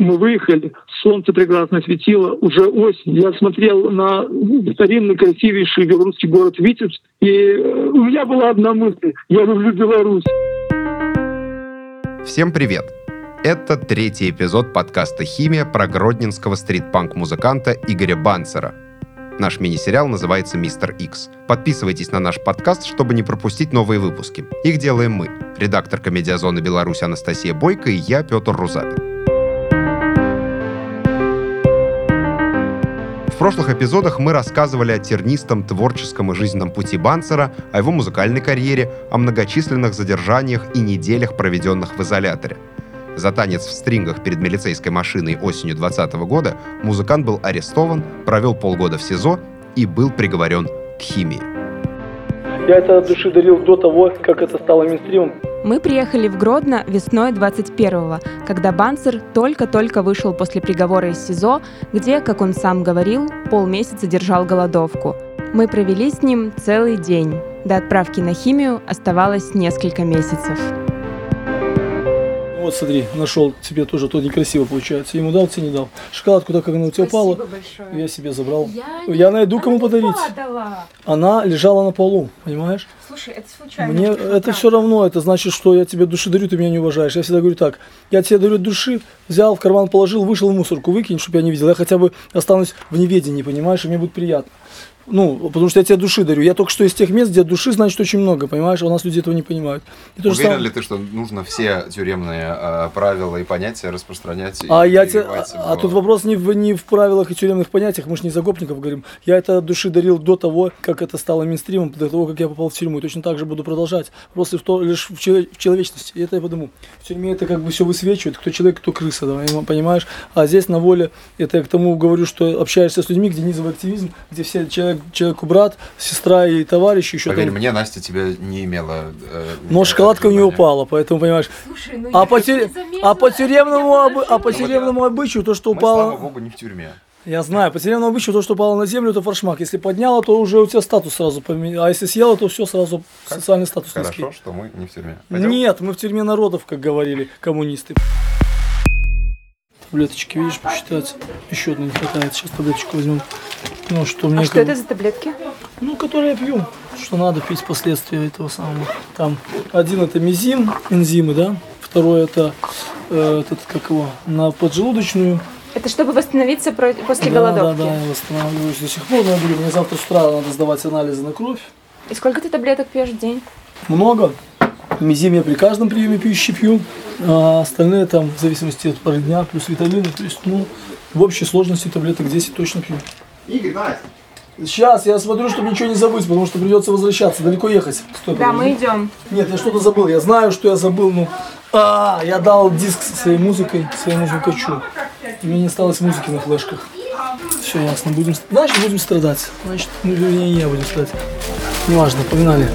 мы выехали, солнце прекрасно светило, уже осень. Я смотрел на старинный, красивейший белорусский город Витебск, и у меня была одна мысль: я люблю Беларусь. Всем привет! Это третий эпизод подкаста «Химия» про гродненского стрит-панк-музыканта Игоря Банцера. Наш мини-сериал называется «Мистер Икс». Подписывайтесь на наш подкаст, чтобы не пропустить новые выпуски. Их делаем мы, редактор «Комедиазоны Беларусь» Анастасия Бойко и я, Петр Рузапин. В прошлых эпизодах мы рассказывали о тернистом творческом и жизненном пути Банцера, о его музыкальной карьере, о многочисленных задержаниях и неделях, проведенных в изоляторе. За танец в стрингах перед милицейской машиной осенью 2020 года музыкант был арестован, провел полгода в СИЗО и был приговорен к химии. Я это от души дарил до того, как это стало мейнстримом. Мы приехали в Гродно весной 21-го, когда Банцер только-только вышел после приговора из СИЗО, где, как он сам говорил, полмесяца держал голодовку. Мы провели с ним целый день. До отправки на химию оставалось несколько месяцев. Вот смотри, нашел тебе тоже, то некрасиво получается. Ему дал, тебе не дал. Шоколадку, так как она у тебя упала, я себе забрал. Я найду, кому подарить. Падала. Она лежала на полу, понимаешь? Слушай, это случайно. Мне это все равно, это значит, что я тебе души дарю, ты меня не уважаешь. Я всегда говорю так: я тебе дарю души, взял, в карман положил, вышел в мусорку, выкинь, чтобы я не видел. Я хотя бы останусь в неведении, понимаешь, и мне будет приятно. Ну, потому что я тебе души дарю. Я только что из тех мест, где души, значит, очень много, понимаешь? А у нас люди этого не понимают. Уверен ли ты, что нужно все тюремные правила и понятия распространять? А тут вопрос не в правилах и тюремных понятиях. Мы же не за гопников говорим. Я это от души дарил до того, как это стало мейнстримом, до того, как я попал в тюрьму. И точно так же буду продолжать. Просто лишь в человечности. И это я подумал. В тюрьме это как бы все высвечивает. Кто человек, кто крыса, да, понимаешь? А здесь на воле, это я к тому говорю, что общаешься с людьми, где низовый активизм, где все человеку брат, сестра и товарищ еще. Поверь там... мне, Настя тебя не имела. Но шоколадка у нее упала, поэтому понимаешь. Слушай, по тюремному обычаю то, что упало. Слава богу, не в тюрьме. Я знаю, по тюремному обычаю то, что упало на землю, это форшмак. Если подняла, то уже у тебя статус сразу поменял. А если съела, то все сразу социальный статус. Хорошо, что мы не в тюрьме. Пойдем? Нет, мы в тюрьме народов, как говорили коммунисты. Таблеточки, видишь, посчитать. Еще одной не хватает. Сейчас таблеточку возьмем. Ну, что мне что это за таблетки? Ну, которые я пью. Что надо пить последствия этого самого. Там один это мезин, энзимы, да. Второй это на поджелудочную. Это чтобы восстановиться после голодовки? Да, я восстанавливаюсь до сих пор. Но мне завтра с утра надо сдавать анализы на кровь. И сколько ты таблеток пьешь в день? Много. Мезим я при каждом приеме пищи пью, а остальные там в зависимости от пары дня плюс витамины. То есть, в общей сложности таблеток 10 точно пью. Игорь, Настя! Сейчас я смотрю, чтобы ничего не забыть, потому что придется возвращаться, далеко ехать. Стой, да, мы идем. Нет, я что-то забыл, я знаю, что я забыл, я дал диск со своей музыкой, своему звукачу. И мне не осталось музыки на флешках. Все ясно, будем страдать. Значит, вернее, я будем страдать. Неважно, погнали.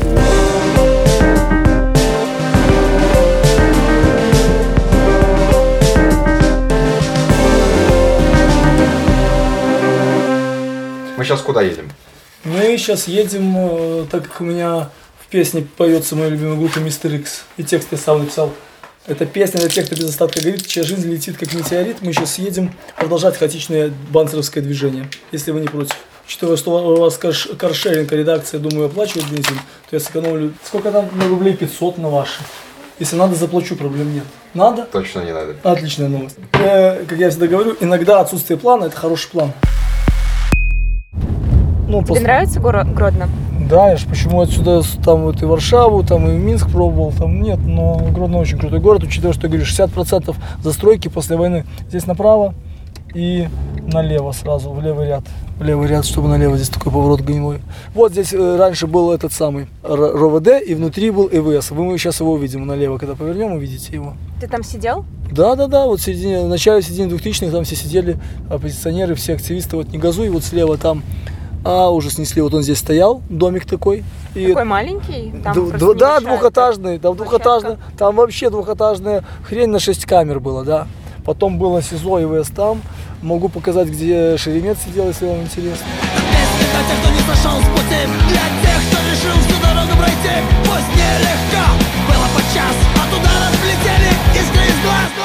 Мы сейчас куда едем? Мы сейчас едем, так как у меня в песне поется моя любимая группа «Мистер Икс», и текст я сам написал. Это песня для тех, кто без остатка горит, чья жизнь летит как метеорит. Мы сейчас едем продолжать хаотичное банцеровское движение, если вы не против. Учитывая, что у вас каршеринг, редакция, думаю, оплачивает бензин, то я сэкономлю, сколько там, на рублей 500 на ваши. Если надо, заплачу, проблем нет. Надо? Точно не надо. Отличная новость. Как я всегда говорю, иногда отсутствие плана – это хороший план. Тебе нравится Гродно? Да, я же почему отсюда, там вот и Варшаву, там и Минск пробовал, там нет, но Гродно очень крутой город, учитывая, что я говорю, 60% застройки после войны. Здесь направо и налево сразу, в левый ряд, чтобы налево, здесь такой поворот гнилой. Вот здесь раньше был этот самый РОВД, и внутри был ЭВС. Мы сейчас его увидим налево, когда повернем, увидите его. Ты там сидел? Да, вот в начале 2000-х там все сидели, оппозиционеры, все активисты, вот не газуй, вот слева там. Уже снесли, вот он здесь стоял, домик такой. Такой маленький? Там двухэтажный, там вообще двухэтажная хрень на 6 камер было, да. Потом было СИЗО и ВС там. Могу показать, где Шеремет сидел, если вам интересно. Для тех, кто не сошел с пути, для тех, кто решил всю дорогу пройти, пусть нелегко было подчас, от удара влетели искры из глаз.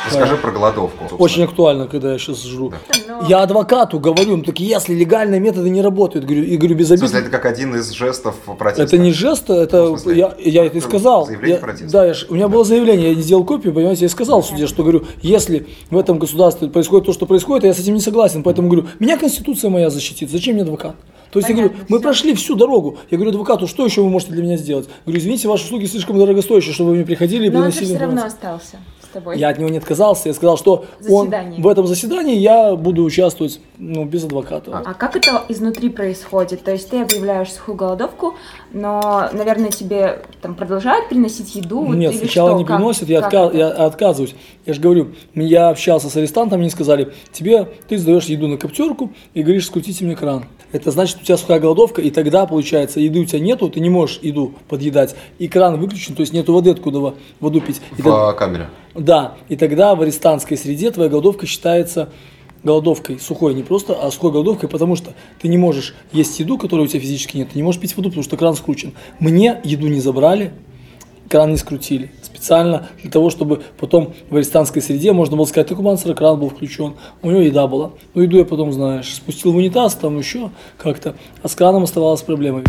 Расскажи про голодовку. Очень актуально, когда я сейчас жру. Я адвокату говорю, он такие, если легальные методы не работают, говорю без обид. В смысле, это как один из жестов протеста? Это не жест, это я это и сказал. Заявление протеста. Да, у меня было заявление, я не сделал копию, понимаете, я сказал в суде, что говорю, если в этом государстве происходит то, что происходит, я с этим не согласен, поэтому говорю, меня Конституция моя защитит, зачем мне адвокат? То есть я говорю, мы прошли всю дорогу. Я говорю адвокату, что еще вы можете для меня сделать? Говорю, извините, ваши услуги слишком дорогостоящие, чтобы вы мне приходили и приносили. Но он все равно остался с тобой. Я от него не отказался, я сказал, что в этом заседании я буду участвовать без адвоката. А как это изнутри происходит? То есть ты объявляешь сухую голодовку, но, наверное, тебе там продолжают приносить еду? Нет, или сначала что? не приносят, я отказываюсь. Я же говорю, я общался с арестантами, они сказали, ты сдаешь еду на коптерку и говоришь, скрутите мне кран. Это значит, у тебя сухая голодовка, и тогда, получается, еды у тебя нету, ты не можешь еду подъедать, и кран выключен, то есть нету воды, откуда воду пить. В камере? Да, и тогда в арестантской среде твоя голодовка считается голодовкой сухой, не просто, а сухой голодовкой, потому что ты не можешь есть еду, которой у тебя физически нет, ты не можешь пить воду, потому что кран скручен. Мне еду не забрали, кран не скрутили. Специально для того, чтобы потом в арестантской среде можно было сказать, так у Бансера кран был включен, у него еда была. Ну, еду я потом, знаешь, спустил в унитаз, там еще как-то, а с краном оставалась проблема.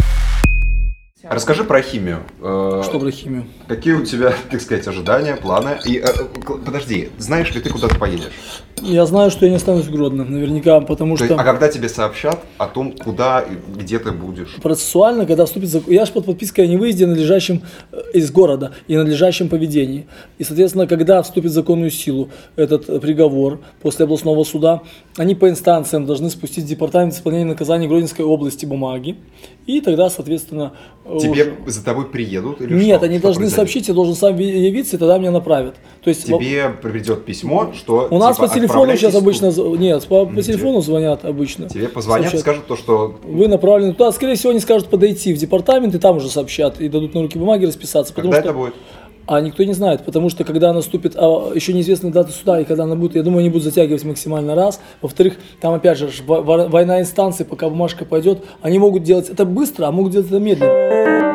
Расскажи про химию. Что про химию? Какие у тебя, так сказать, ожидания, планы? И подожди, знаешь ли ты, куда ты поедешь? Я знаю, что я не останусь в Гродно, наверняка, потому что... А когда тебе сообщат о том, куда и где ты будешь? Процессуально, когда вступит закон... Я же под подпиской о невыезде надлежащем из города и надлежащем поведении. И, соответственно, когда вступит в законную силу этот приговор после областного суда, они по инстанциям должны спустить в департамент исполнения наказаний Гродненской области бумаги. И тогда, соответственно... Тебе за тобой приедут? Или Нет, что? они что должны произойдет? сообщить, я должен сам явиться, и тогда меня направят. То есть, тебе придет письмо, что у нас по телефону сейчас обычно... Нет, по телефону звонят обычно. Тебе позвонят, сообщат. Скажут то, что... Вы направлены туда. Скорее всего, они скажут подойти в департамент, и там уже сообщат, и дадут на руки бумаги расписаться. Когда это будет? А никто не знает, потому что когда наступит, еще неизвестна дата суда, и когда она будет, я думаю, они будут затягивать максимально раз. Во-вторых, там опять же война инстанций, пока бумажка пойдет, они могут делать это быстро, а могут делать это медленно.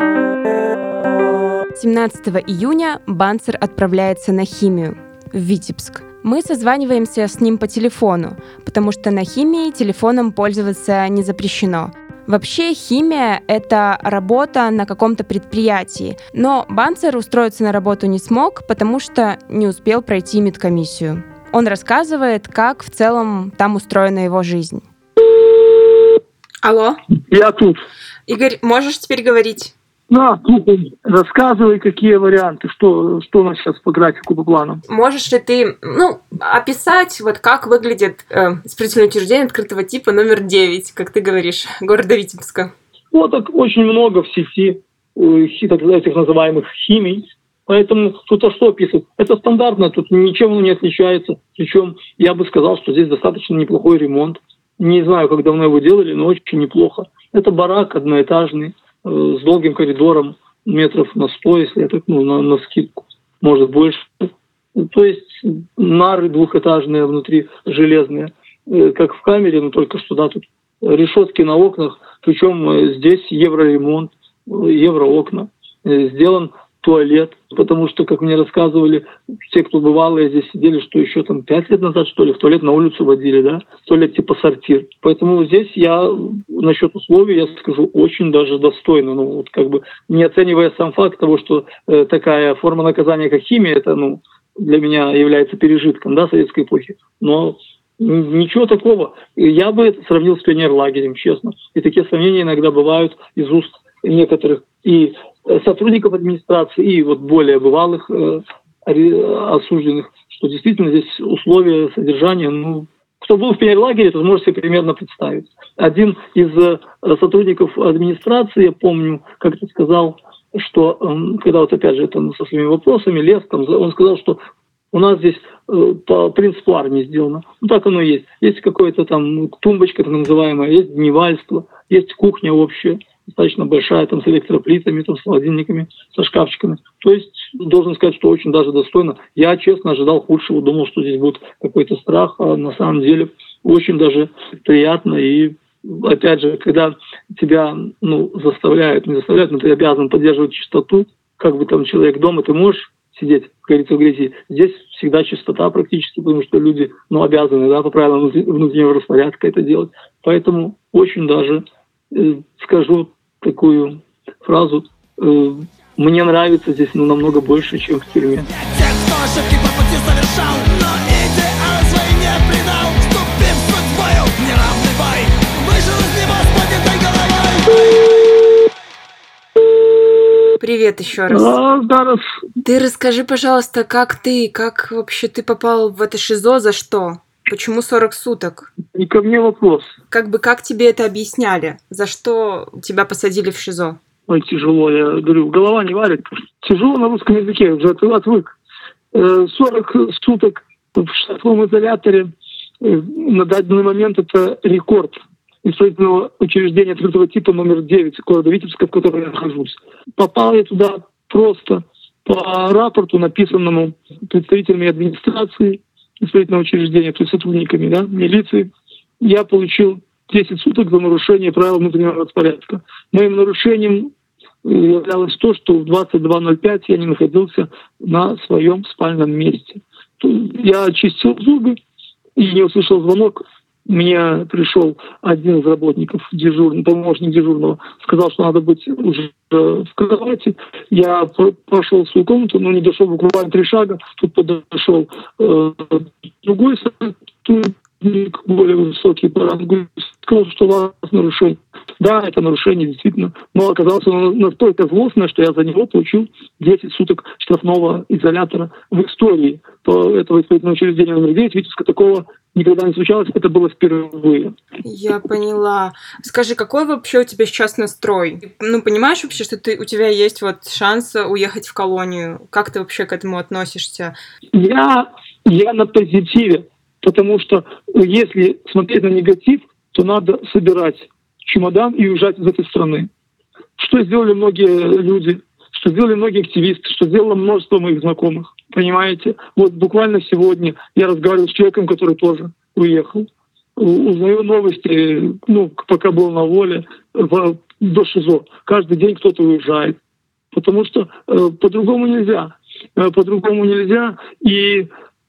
17 июня Банцер отправляется на химию в Витебск. Мы созваниваемся с ним по телефону, потому что на химии телефоном пользоваться не запрещено. Вообще химия – это работа на каком-то предприятии, но Банцер устроиться на работу не смог, потому что не успел пройти медкомиссию. Он рассказывает, как в целом там устроена его жизнь. Алло? Я тут. Игорь, можешь теперь говорить? Рассказывай, какие варианты, что у нас сейчас по графику, по планам. Можешь ли ты описать, как выглядит исправительное учреждение открытого типа номер 9, как ты говоришь, города Витебска? Так очень много в сети этих называемых химий, поэтому тут что описывать? Это стандартно, тут ничем не отличается. Причем я бы сказал, что здесь достаточно неплохой ремонт. Не знаю, как давно его делали, но очень неплохо. Это барак одноэтажный, с долгим коридором метров на 100, если это на скидку, может больше. То есть нары двухэтажные внутри, железные, как в камере, но только что тут решетки на окнах, причем здесь евроремонт, евроокна, сделан туалет, потому что, как мне рассказывали, те, кто бывалые здесь сидели, что еще 5 лет назад, что ли, в туалет на улицу водили, да, туалет типа сортир. Поэтому здесь я насчет условий, я скажу, очень даже достойно, не оценивая сам факт того, что такая форма наказания, как химия, это, для меня является пережитком, да, советской эпохи, но ничего такого. Я бы это сравнил с пионерлагерем, честно. И такие сравнения иногда бывают из уст некоторых и сотрудников администрации, и более бывалых осужденных, что действительно здесь условия содержания, кто был в пионерлагере, тот может себе примерно представить. Один из сотрудников администрации, я помню, как-то сказал, что, когда опять же со своими вопросами лез, он сказал, что у нас здесь по принципу армии сделано. Так оно и есть. Есть какая-то тумбочка, так называемая, есть дневальство, есть кухня общая, достаточно большая, с электроплитами, с холодильниками, со шкафчиками. То есть, должен сказать, что очень даже достойно. Я, честно, ожидал худшего, думал, что здесь будет какой-то страх, а на самом деле очень даже приятно. И, опять же, когда тебя не заставляют, но ты обязан поддерживать чистоту, как бы человек дома, ты можешь сидеть, как говорится, в грязи. Здесь всегда чистота практически, потому что люди обязаны, да, по правилам внутреннего распорядка это делать. Поэтому очень даже скажу такую фразу: мне нравится здесь намного больше, чем в тюрьме. Тех, кто ошибки по пути совершал, но идеалы свои не предал, вступив в судьбою в неравный бой, вышел из него с поднятой головой. Привет еще раз. Зараз. Ты расскажи, пожалуйста, как вообще ты попал в это ШИЗО, за что? Почему 40 суток? И ко мне вопрос. Как тебе это объясняли? За что тебя посадили в ШИЗО? Ой, тяжело, я говорю, голова не варит. Тяжело на русском языке, уже отвык. 40 суток в штрафном изоляторе на данный момент это рекорд исправительного учреждения открытого типа номер 9 города Витебска, в котором я нахожусь. Попал я туда просто по рапорту, написанному представителями администрации исправительного учреждения, то есть сотрудниками, да, милиции. Я получил 10 суток за нарушение правил внутреннего распорядка. Моим нарушением являлось то, что в 22:05 я не находился на своем спальном месте. Я очистил зубы и не услышал звонок. Мне пришел один из работников, помощник дежурного, сказал, что надо быть уже в кровати. Я пошел в свою комнату, но не дошел буквально 3 шага. Тут подошел другой сотрудник, более высокий по рангу, сказал, что у вас нарушение. Да, это нарушение, действительно. Но оказалось оно настолько злостное, что я за него получил 10 суток штрафного изолятора. В истории этого исправительного учреждения номер 9 Витебска такого никогда не случалось. Это было впервые. Я поняла. Скажи, какой вообще у тебя сейчас настрой? Понимаешь вообще, что у тебя есть шанс уехать в колонию? Как ты вообще к этому относишься? Я на позитиве, потому что если смотреть на негатив, то надо собирать чемодан и уезжать из этой страны. Что сделали многие люди, что сделали многие активисты, что сделало множество моих знакомых. Понимаете? Буквально сегодня я разговаривал с человеком, который тоже уехал. Узнаю новости, пока был на воле, до ШИЗО. Каждый день кто-то уезжает. Потому что по-другому нельзя. По-другому нельзя. И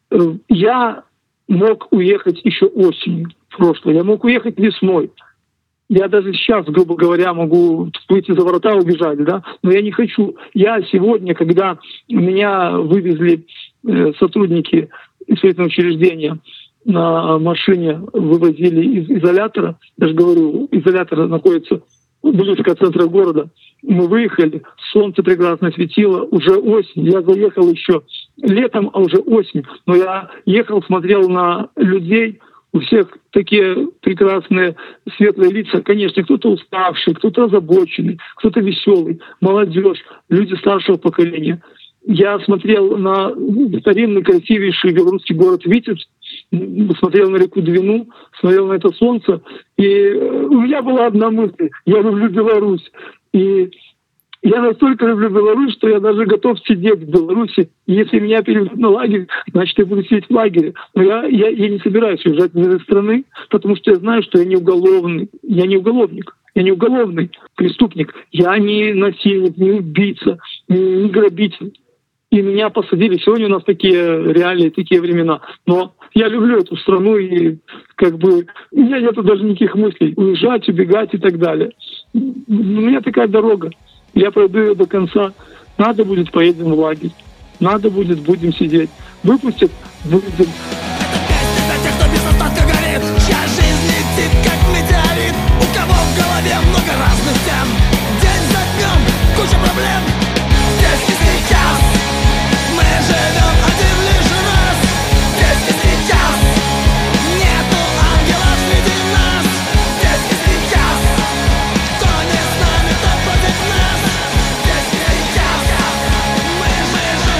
я мог уехать еще осенью прошлой. Я мог уехать весной. Я даже сейчас, грубо говоря, могу выйти за ворота, убежать, да, но я не хочу. Я сегодня, когда меня вывезли сотрудники исправительного учреждения на машине, вывозили из изолятора, я же говорю, изолятор находится близко от центра города, мы выехали, солнце прекрасно светило, уже осень, я заехал еще летом, а уже осень, но я ехал, смотрел на людей. У всех такие прекрасные светлые лица. Конечно, кто-то уставший, кто-то озабоченный, кто-то веселый, молодежь, люди старшего поколения. Я смотрел на старинный, красивейший белорусский город Витебск, смотрел на реку Двину, смотрел на это солнце. И у меня была одна мысль: я люблю Беларусь. И я настолько люблю Беларусь, что я даже готов сидеть в Беларуси. И если меня переведут на лагерь, значит, я буду сидеть в лагере. Но я не собираюсь уезжать из этой страны, потому что я знаю, что я не уголовный. Я не уголовник. Я не уголовный преступник. Я не насильник, не убийца, не грабитель. И меня посадили. Сегодня у нас такие реалии, такие времена. Но я люблю эту страну, и у меня нет даже никаких мыслей уезжать, убегать и так далее. У меня такая дорога. Я пройду ее до конца. Надо будет, поедем в лагерь. Надо будет, будем сидеть. Выпустят, будем. Это песня для тех, кто без остатка горит, чья жизнь летит, как метеорит. У кого в голове много разных тем. День за днем, куча проблем. Здесь и сейчас мы живем один лишь раз. Здесь и сейчас нету ангелов среди нас. Здесь и сейчас кто не с нами, тот против нас. Здесь и сейчас мы живем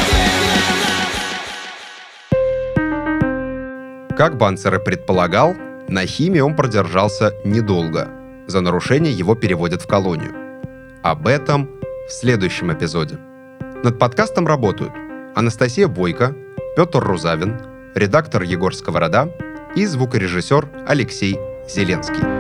постепенно. Как Банцер и предполагал, на Химии он продержался недолго. За нарушение его переводят в колонию. Об этом в следующем эпизоде. Над подкастом работают Анастасия Бойко, Петр Рузавин, редактор Егор Сковорода и звукорежиссер Алексей Зеленский.